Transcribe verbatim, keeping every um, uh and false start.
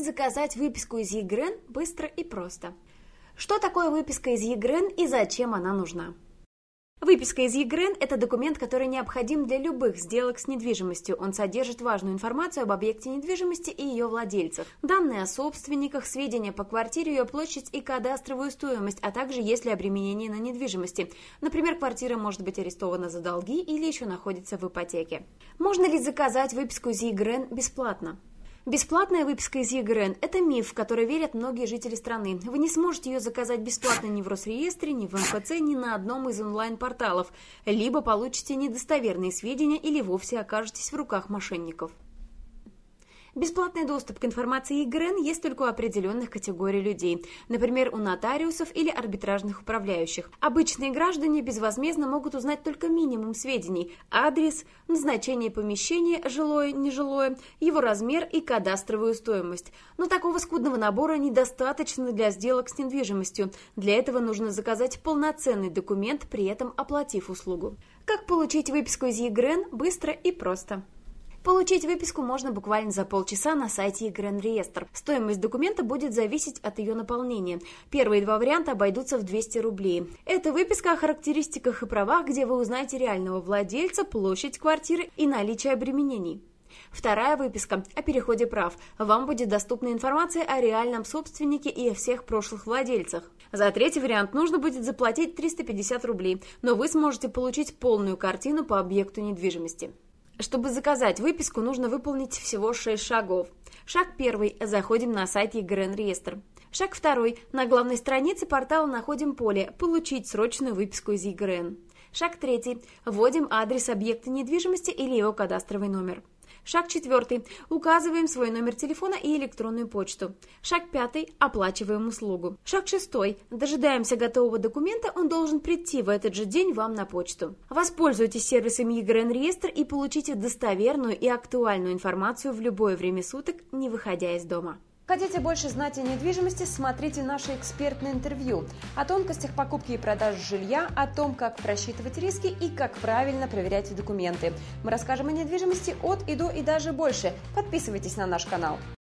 заказать выписку из ЕГРН быстро и просто? Что такое выписка из ЕГРН и зачем она нужна? Выписка из ЕГРН – это документ, который необходим для любых сделок с недвижимостью. Он содержит важную информацию об объекте недвижимости и ее владельцах, данные о собственниках, сведения по квартире, ее площадь и кадастровую стоимость, а также есть ли обременение на недвижимости. Например, квартира может быть арестована за долги или еще находится в ипотеке. Можно ли заказать выписку из ЕГРН бесплатно? Бесплатная выписка из ЕГРН – это миф, в который верят многие жители страны. Вы не сможете ее заказать бесплатно ни в Росреестре, ни в эм эф цэ, ни на одном из онлайн-порталов. Либо получите недостоверные сведения или вовсе окажетесь в руках мошенников. Бесплатный доступ к информации ЕГРН есть только у определенных категорий людей, например, у нотариусов или арбитражных управляющих. Обычные граждане безвозмездно могут узнать только минимум сведений – адрес, назначение помещения, жилое, нежилое, его размер и кадастровую стоимость. Но такого скудного набора недостаточно для сделок с недвижимостью. Для этого нужно заказать полноценный документ, при этом оплатив услугу. Как получить выписку из ЕГРН быстро и просто? Получить выписку можно буквально за полчаса на сайте ЕГРН-реестр. Стоимость документа будет зависеть от ее наполнения. Первые два варианта обойдутся в двести рублей. Это выписка о характеристиках и правах, где вы узнаете реального владельца, площадь квартиры и наличие обременений. Вторая выписка о переходе прав. Вам будет доступна информация о реальном собственнике и о всех прошлых владельцах. За третий вариант нужно будет заплатить триста пятьдесят рублей, но вы сможете получить полную картину по объекту недвижимости. Чтобы заказать выписку, нужно выполнить всего шесть шагов. Шаг первый. Заходим на сайт ЕГРН-реестр. Шаг второй. На главной странице портала находим поле «Получить срочную выписку из ЕГРН». Шаг третий. Вводим адрес объекта недвижимости или его кадастровый номер. Шаг четвертый. Указываем свой номер телефона и электронную почту. Шаг пятый. Оплачиваем услугу. Шаг шестой. Дожидаемся готового документа, он должен прийти в этот же день вам на почту. Воспользуйтесь сервисом ЕГРН-реестр и получите достоверную и актуальную информацию в любое время суток, не выходя из дома. Хотите больше знать о недвижимости, смотрите наше экспертное интервью о тонкостях покупки и продажи жилья, о том, как просчитывать риски и как правильно проверять документы. Мы расскажем о недвижимости от и до и даже больше. Подписывайтесь на наш канал.